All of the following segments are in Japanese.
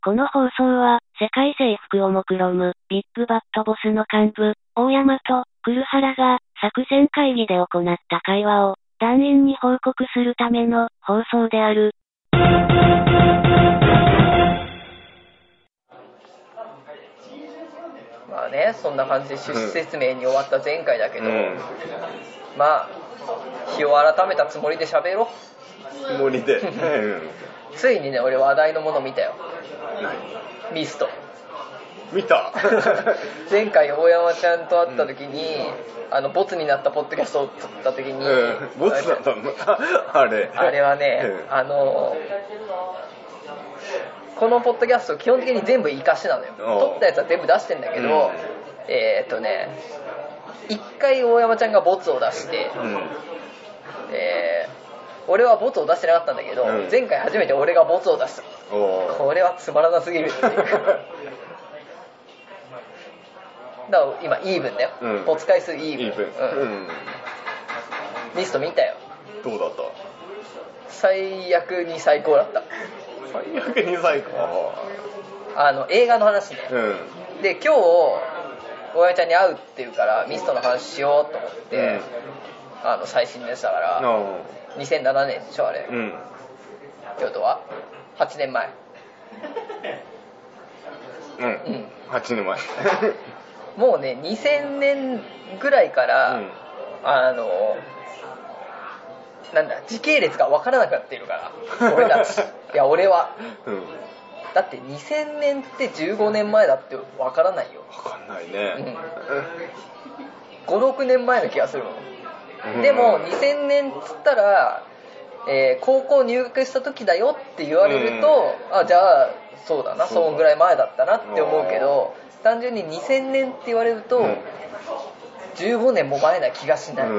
この放送は、世界征服を目論む、ビッグバットボスの幹部、大山と、栗原が、作戦会議で行った会話を、団員に報告するための、放送である。 まあね、そんな感じで趣旨説明に終わった前回だけど、まあ、日を改めたつもりで喋ろう。 つもりで。 ついにね、俺話題のもの見たよ。ミスト。 見た前回大山ちゃんと会った時に、ボツになったポッドキャストを撮った時に、 ボツだったのあれはね、このポッドキャスト基本的に全部活かしなのよ。撮ったやつは全部出してんだけど、一回大山ちゃんがボツを出して、俺はボツを出してなかったんだけど、前回初めて俺がボツを出した。これはつまらなすぎるっていうだから今イーブンだよ、ボツ回数イーブン、リスト見たよ。 どうだった？ 最悪に最高だった。 最悪に最高。 映画の話ね、で今日大山ちゃんに会うっていうからミストの話しようと思って、最新のやつだから2007年でしょあれ、京都は8年前 8年前もうね2000年ぐらいから、なんだ時系列が分からなくなっているから俺たちいや俺は、だって2000年って15年前だって分からないよ。 分かんないね、 5,6 年前の気がするもん、でも2000年っつったら、高校入学した時だよって言われると、じゃあそうだな、そんぐらい前だったなって思うけど、単純に2000年って言われると、15年も前な気がしない、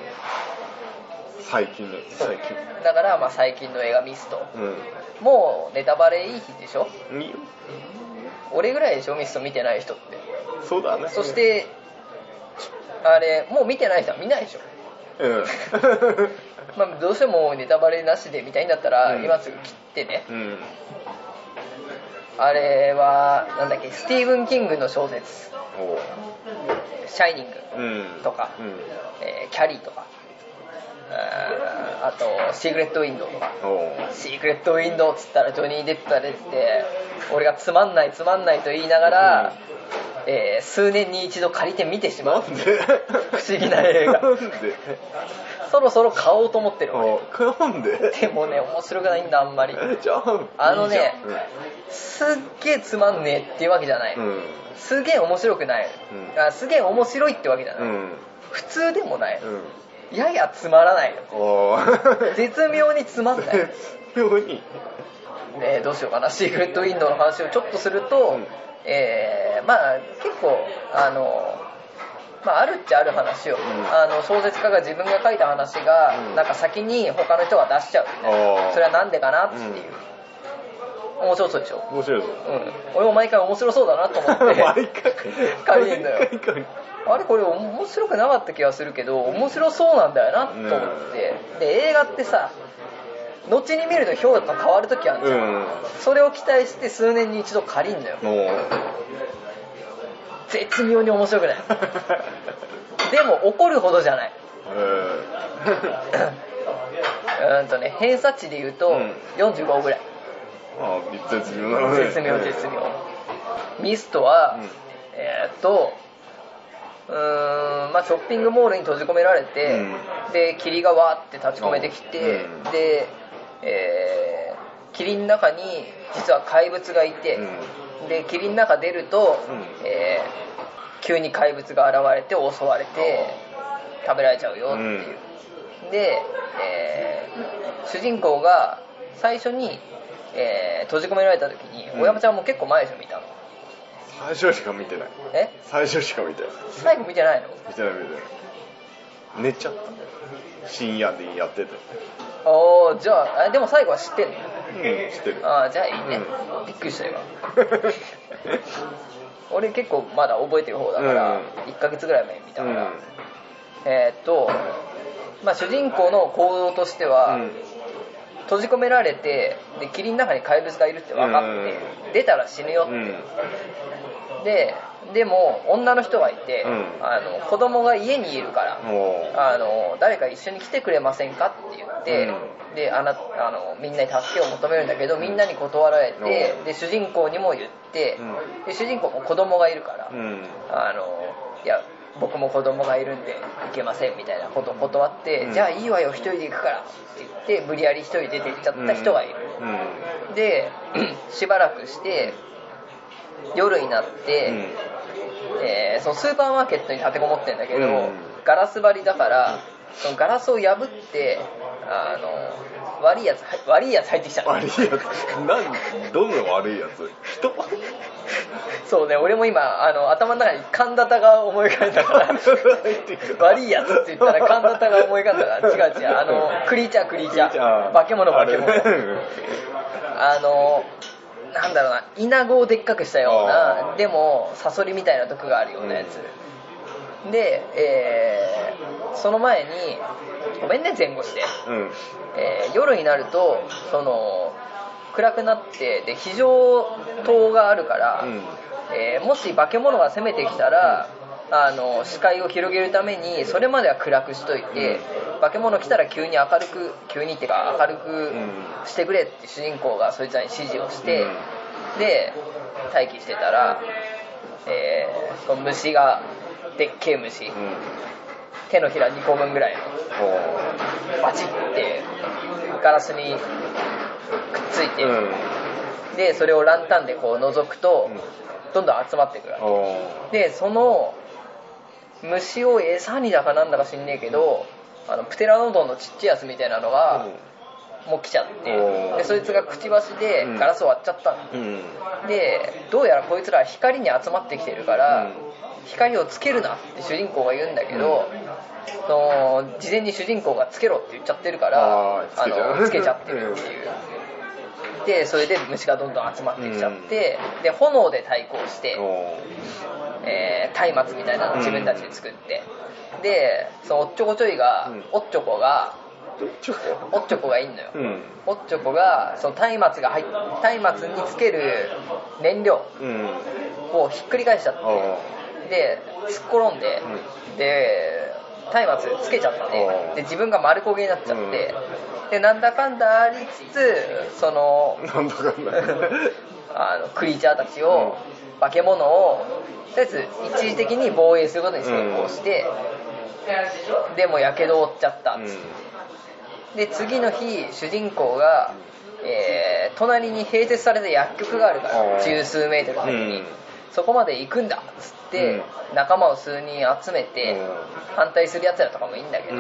最近だからまあ最近の映画ミスト、もうネタバレいい日でしょ。俺ぐらいでしょミスト見てない人って。 そうだね。 そしてあれもう見てない人は見ないでしょ。まあどうしてもネタバレなしで見たいんだったら、今すぐ切ってね、あれはなんだっけ、スティーブン・キングの小説シャイニングとか、キャリーとか、あとシークレットウィンドウとか。シークレットウィンドウっつったらジョニー・デップが出てて、俺がつまんないと言いながら、数年に一度借りて見てしまう。不思議な映画。そろそろ買おうと思ってる。 なんで？ でもね面白くないんだあんまり。すっげえつまんねえっていうわけじゃない、すげえ面白くない、すげえ面白いってわけじゃない、普通でもない、ややつまらないの。絶妙につまんない。 絶妙に。 どうしようかな。シークレットウィンドウの話をちょっとすると、まあ結構あるっちゃある話を、小説家が自分が書いた話が、なんか先に他の人が出しちゃうみたいな、それはなんでかなっていう、面白そうでしょ。 面白いぞ。 俺も毎回面白そうだなと思って毎回借りるんだよ。あれこれ面白くなかった気がするけど面白そうなんだよなと思って、で映画ってさ後に見ると評価が変わるときあるじゃん、それを期待して数年に一度借りんだよ。絶妙に面白くないでも怒るほどじゃない。偏差値で言うと45ぐらい。 絶妙なね。 絶妙。ミストは、ショッピングモールに閉じ込められて、で霧がわーって立ち込めてきて、で、霧の中に実は怪物がいて、で霧の中出ると、急に怪物が現れて襲われて食べられちゃうよっていう、で、主人公が最初に、閉じ込められた時に、大山ちゃんも結構前でしょ見たの。 最初しか見てない。最初しか見てない。 最後見てないの？ 見てない。寝ちゃった。深夜でやってて。 じゃあでも最後は知ってんの？ 知ってる。 じゃあいいね。びっくりした今。俺結構まだ覚えてる方だから、1ヶ月ぐらい前に見たから、主人公の行動としては、 閉じ込められて、で霧の中に怪物がいるって分かって、出たら死ぬよって、でも女の人がいて、子供が家にいるから誰か一緒に来てくれませんかって言って、でみんなに助けを求めるんだけど、みんなに断られて、で主人公にも言って、で主人公も子供がいるから、いや僕も子供がいるんで行けませんみたいなことを断って、じゃあいいわよ一人で行くからって言って無理やり一人出て行っちゃった人がいる、でしばらくして夜になって、そのスーパーマーケットに立てこもってんだけど、ガラス張りだからそのガラスを破って悪いやつ入ってきちゃった。 悪いやつどんな悪いやつ？人？ そうね、俺も今頭の中にカンダタが思い浮かんだから悪いやつって言ったらカンダタが思い浮かんだから、違うクリーチャー化け物なんだろうな、イナゴをでっかくしたような、でもサソリみたいな毒があるようなやつ、で、その前にごめんね前後して、夜になると暗くなって、で非常灯があるから、もし化け物が攻めてきたら視界を広げるためにそれまでは暗くしといて、化け物来たら急にってか明るくしてくれって主人公がそいつらに指示をして、で待機してたら、その虫がでっけえ虫、手のひら2個分ぐらいのバチってガラスにくっついて、でそれをランタンでこう覗くとどんどん集まってくるわけで、その虫を餌にだかなんだか知んねえけどプテラノドンのちっちゃいやつみたいなのがもう来ちゃって、でそいつがくちばしでガラスを割っちゃったの、でどうやらこいつら光に集まってきてるから、光をつけるなって主人公が言うんだけど、事前に主人公がつけろって言っちゃってるからつけちゃってるっていう。でそれで虫がどんどん集まってきちゃって、で炎で対抗して松明みたいなのを自分たちで作って、でそのおっちょこちょいが、おっちょこがいんのよ、おっちょこがその松明につける燃料をひっくり返しちゃって、で突っ転んで、で松明つけちゃって、で自分が丸焦げになっちゃって、でなんだかんだありつつクリーチャーたちを、化け物をとりあえず一時的に防衛することに成功して、でもやけどを負っちゃったっつって、で次の日主人公が、隣に併設された薬局があるから十数メートル先に、そこまで行くんだっつって仲間を数人集めて、反対するやつらとかもいいんだけど、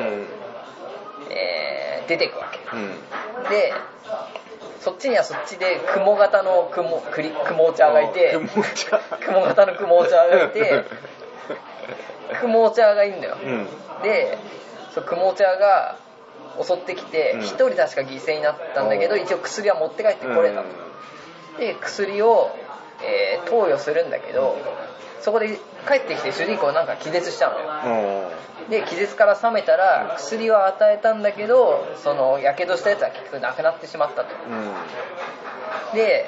出てくわけ、でそっちにはそっちで雲型のクモーチャーがいて、雲型のクモーチャーがいてクモーチャーがいいんだよ、でそのクモーチャーが襲ってきて1人確か犠牲になったんだけど、一応薬は持って帰ってこれたと、で薬を、投与するんだけど、そこで帰ってきて主人公なんか気絶しちゃうのよ、で気絶から覚めたら薬を与えたんだけど、そのやけどしたやつは結局亡くなってしまったと、で、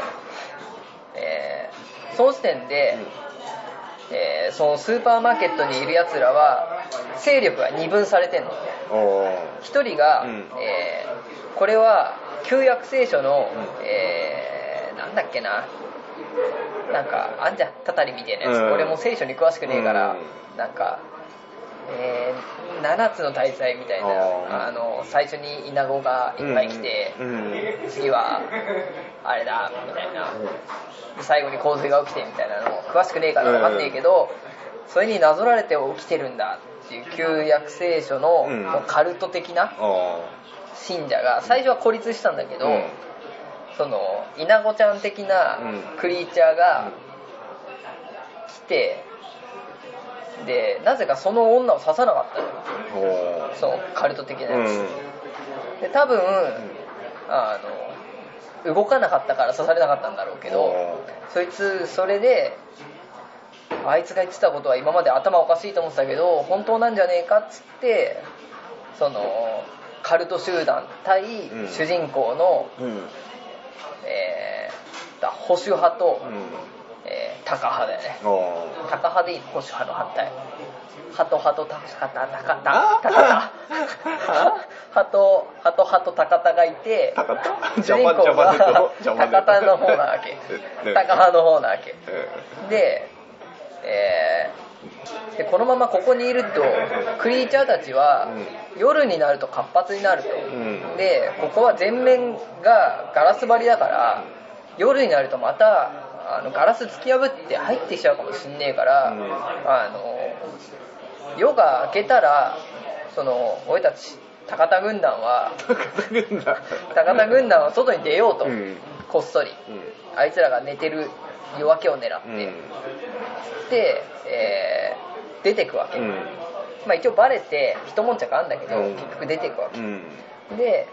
その時点で、そのスーパーマーケットにいるやつらは勢力が二分されてんの。一人が、これは旧約聖書の、なんだっけな、なんかあんじゃんたたりみたいなやつ、俺も聖書に詳しくねえから、なんか7つの大罪みたいな、最初にイナゴがいっぱい来て、次はあれだみたいな、最後に洪水が起きてみたいなの詳しくねえから分かんねえけど、それになぞられて起きてるんだっていう旧約聖書のカルト的な信者が最初は孤立したんだけど、そのイナゴちゃん的なクリーチャーが来て、でなぜかその女を刺さなかったのよ、そのカルト的なやつ、で多分動かなかったから刺されなかったんだろうけど、それであいつが言ってたことは今まで頭おかしいと思ってたけど本当なんじゃねえかっつって、そのカルト集団対主人公の、保守派と、タカ派だよね。タカ派でいいの？保守派の反対。ハトハトタカタタカタタカタハトタカタがいて、主人公がタカタの方なわけ。タカ派の方なわけ。で、このままここにいるとクリーチャーたちは夜になると活発になると。で、ここは全面がガラス張りだから夜になるとまたガラス突き破って入ってきちゃうかもしんねえから、夜が明けたら俺たち高田軍団は外に出ようと、こっそり、あいつらが寝てる夜明けを狙って、で、出てくわけ、まあ一応バレて一悶着あんだけど、結局出てくわけ、で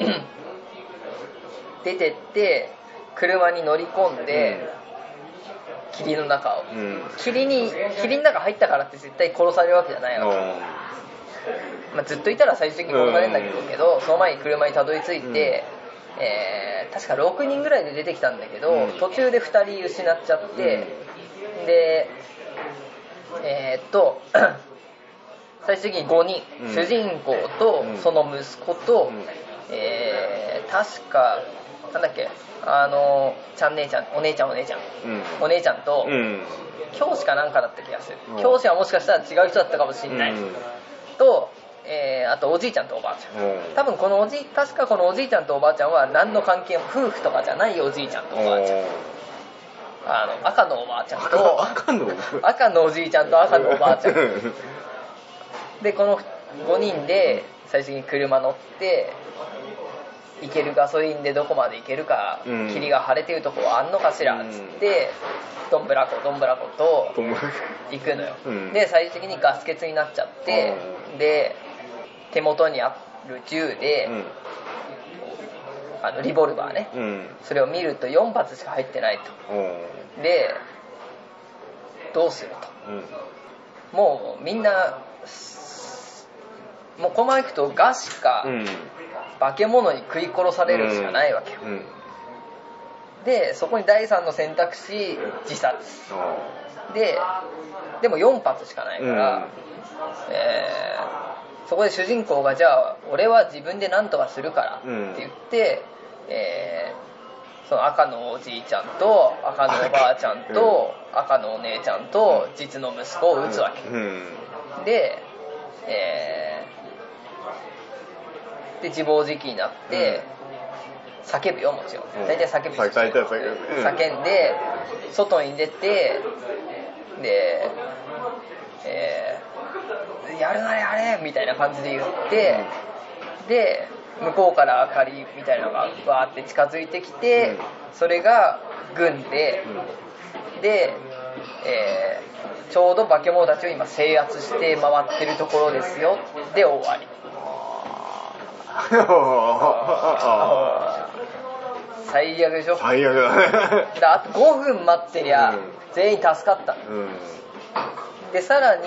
出てって車に乗り込んで、霧の中を、霧の中入ったからって絶対殺されるわけじゃないわけ、まあ、ずっといたら最終的に殺されるんだけど、その前に車にたどり着いて、確か6人ぐらいで出てきたんだけど、途中で2人失っちゃって、で最終的に5人、主人公とその息子と、確かなんだっけ、ちゃん姉ちゃん、お姉ちゃん、お姉ちゃんと、教師かなんかだった気がする。教師はもしかしたら違う人だったかもしれない、と、あとおじいちゃんとおばあちゃん、多分確かこのおじいちゃんとおばあちゃんは何の関係も、夫婦とかじゃないおじいちゃんとおばあちゃん、赤のおばあちゃんと赤のおじいちゃんと赤のおばあちゃんで、この5人で最終的に車乗って行ける、ガソリンでどこまで行けるか、霧が晴れてるとこはあんのかしらっつって、どんぶらこと行くのよ、で最終的にガス欠になっちゃって、で手元にある銃で、リボルバーね、それを見ると4発しか入ってないと、でどうすると、もうみんなもうこのまま行くとガシか、化け物に食い殺されるしかないわけよ、でそこに第3の選択肢、自殺でも4発しかないから、そこで主人公がじゃあ俺は自分で何とかするからって言って、その赤のおじいちゃんと赤のおばあちゃんと赤のお姉ちゃんと実の息子を撃つわけ、で自暴自棄になって、叫ぶよ、もちろん大体叫ぶ、叫んで外に出て、で、やるなやれみたいな感じで言って、で向こうから明かりみたいなのがバーって近づいてきて、それが軍で、ちょうど化け物たちを今制圧して回ってるところですよで終わり最悪でしょ。 最悪だね。 あと5分待ってりゃ全員助かった、でさらに、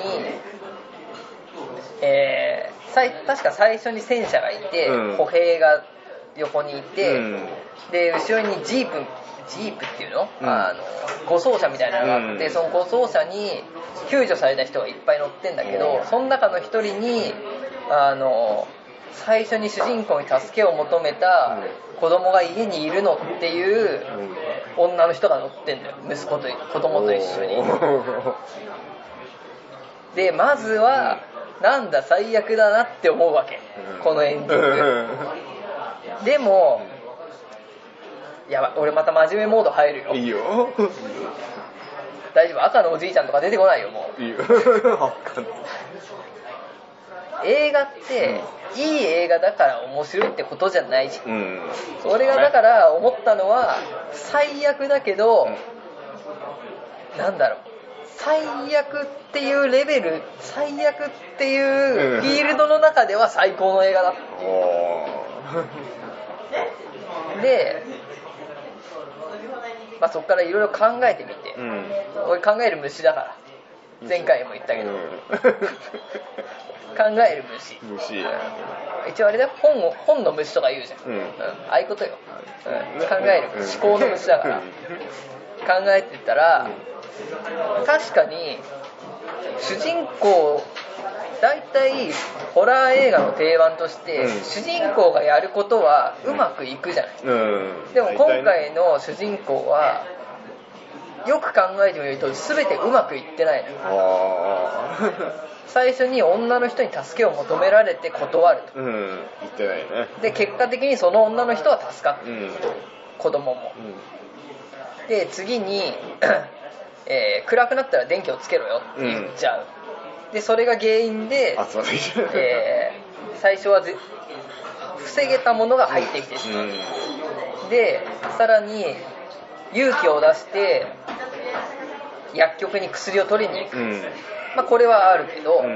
確か最初に戦車がいて、歩兵が横にいて、で後ろにジープっていうの、護送車みたいなのがあって、その護送車に救助された人がいっぱい乗ってんだけど、その中の一人に最初に主人公に助けを求めた子供が家にいるのっていう女の人が乗ってんだよ、息子と子供と一緒に。でまずはなんだ最悪だなって思うわけ、このエンディングでもやばい、俺また真面目モード入るよ。 いいよ。 大丈夫、赤のおじいちゃんとか出てこないよ、もう。 いいよ。 映画って、いい映画だから面白いってことじゃないじゃん。それがだから思ったのは、最悪だけど、なんだろう、最悪っていうレベル、最悪っていうフィールドの中では最高の映画だ。で、そっからいろいろ考えてみて、俺考える虫だから前回も言ったけど、考える虫、一応あれだよ、本の虫とか言うじゃん、ああいうことよ、考える思考の虫だから、考えてたら、確かに主人公、大体ホラー映画の定番として、主人公がやることはうまくいくじゃない、でも今回の主人公はよく考えてみると全てうまくいってないの。最初に女の人に助けを求められて断ると、 言ってないね。 で結果的にその女の人は助かって、子供も、で次に、暗くなったら電気をつけろよって言っちゃう、でそれが原因で、最初は防げたものが入ってきてしまう、でさらに勇気を出して薬局に薬を取りに行く、これはあるけど、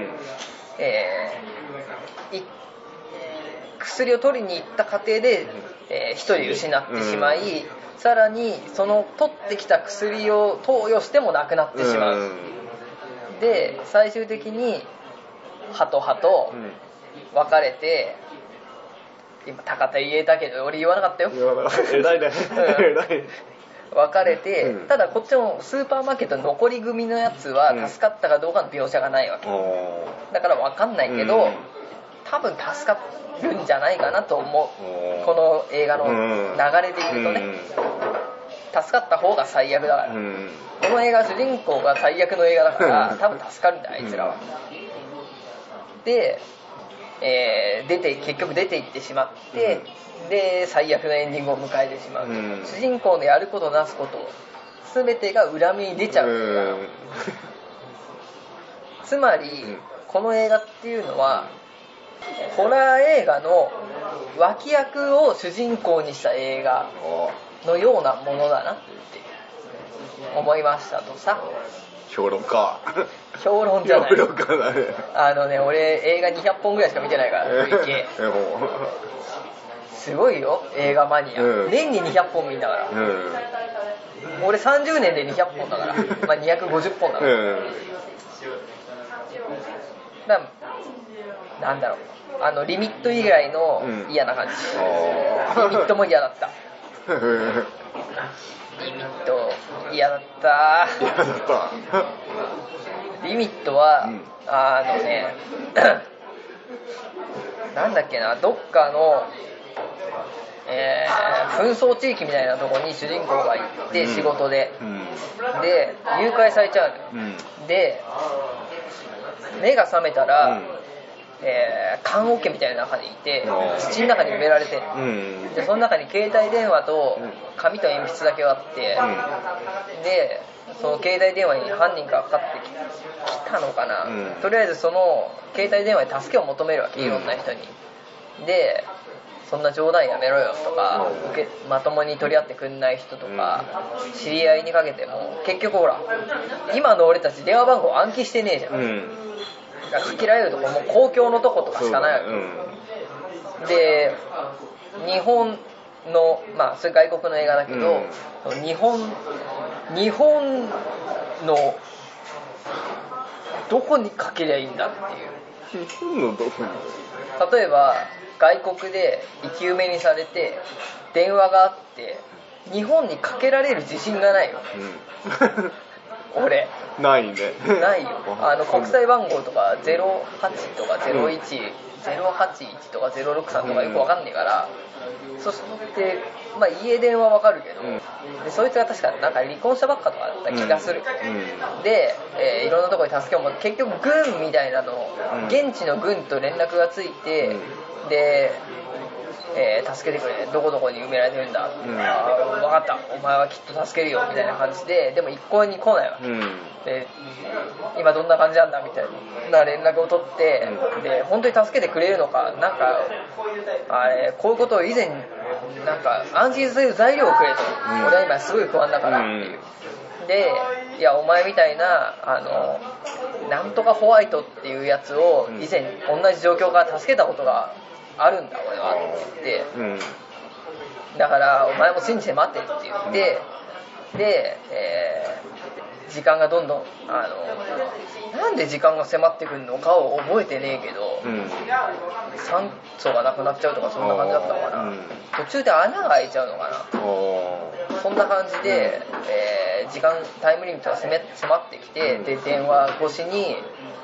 薬を取りに行った過程で、1人失ってしまい、さらにその取ってきた薬を投与してもなくなってしまう、で最終的に歯と歯と別れて、今高田言えたけど俺言わなかったよ。 偉いね。 別れて、ただこっちのスーパーマーケットの残り組のやつは助かったかどうかの描写がないわけ、だから分かんないけど、多分助かるんじゃないかなと思う、この映画の流れで言うとね、助かった方が最悪だから、この映画主人公が最悪の映画だから多分助かるんだよあいつらは、で、結局出て行ってしまって、で最悪のエンディングを迎えてしまう、主人公のやることなすこと全てが裏目に出ちゃう、つまり、この映画っていうのはホラー映画の脇役を主人公にした映画のようなものだなって思いましたとさ。 評論家評論じゃない、 評論家だね。 俺映画200本ぐらいしか見てないから累計すごいよ映画マニア、年に200本見んだから、俺30年で200本だから250本だから、なんだろう、リミット以外の嫌な感じ、リミットも嫌だったリミット嫌だったリミットは、なんだっけな、どっかの、紛争地域みたいなとこに主人公が行って、仕事で、で誘拐されちゃうのよ、で目が覚めたら、棺桶みたいな中にいて、土の中に埋められてる、でその中に携帯電話と紙と鉛筆だけあって、でその携帯電話に犯人がかかってきたのかな、とりあえずその携帯電話で助けを求めるわけ、いろんな人に。でそんな冗談やめろよとか、まともに取り合ってくんない人とか、知り合いにかけても結局ほら今の俺たち電話番号暗記してねえじゃん、かけられるとこもう公共のとことかしかないわけ、で日本のそれ外国の映画だけど、日本のどこにかけりゃいいんだっていう。 日本のどこに？ 例えば外国で生き埋めにされて電話があって日本にかけられる自信がないよ、俺ないね。 ないよ。国際番号とか08とか01、081とか063とかよくわかんねえから、そして家電はわかるけど、でそいつが確かなんか離婚したばっかとかだった気がする、で、いろんなところに助けをも結局軍みたいなの、現地の軍と連絡がついて、で助けてくれ、どこどこに埋められてるんだ、分かった、お前はきっと助けるよみたいな感じで、でも一向に来ないわけ、で今どんな感じなんだみたいな連絡を取って、で本当に助けてくれるのか、なんかこういうことを以前なんか安心させる材料をくれと、俺は今すごい不安だからっていう、でいやお前みたいななんとかホワイトっていうやつを以前同じ状況から助けたことがあるんだ俺はって言って、だからお前も信じて待ってって言って、で、 時間がどんどんなんで時間が迫ってくるのかを覚えてねえけど、酸素がなくなっちゃうとかそんな感じだったのかな、途中で穴が開いちゃうのかな、そんな感じで、タイムリミットが迫ってきて、で電話越しに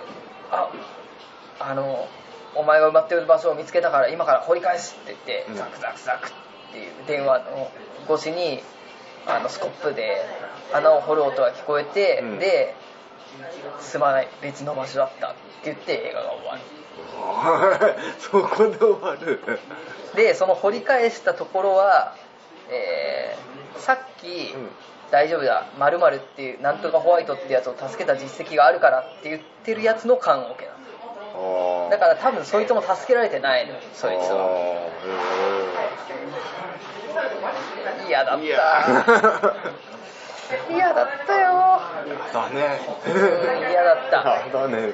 お前が埋まってる場所を見つけたから今から掘り返すって言って、ザクザクザクっていう電話の越しにスコップで穴を掘る音が聞こえて、で、すまない、別の場所だったって言って映画が終わる。 そこで終わる。 で、その掘り返したところは、さっき、大丈夫だ、〇〇っていうなんとかホワイトってやつを助けた実績があるからって言ってるやつの棺桶なの。だから多分そいつも助けられてないの、そいつは。嫌だった。嫌だったよ。 だね。 嫌だった。 だね。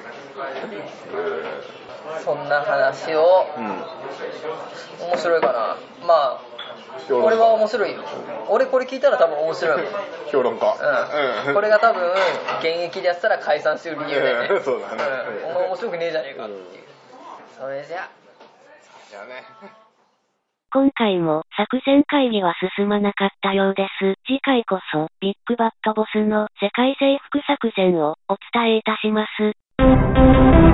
そんな話を、面白いかな。まあ俺は面白いよ。俺これ聞いたら多分面白いもん。 評論家。 これが多分現役でやったら解散してる理由だよね。 そうだね。 お前面白くねえじゃねえかっていう。それじゃあね。 今回も作戦会議は進まなかったようです。次回こそビッグバットボスの世界征服作戦をお伝えいたします。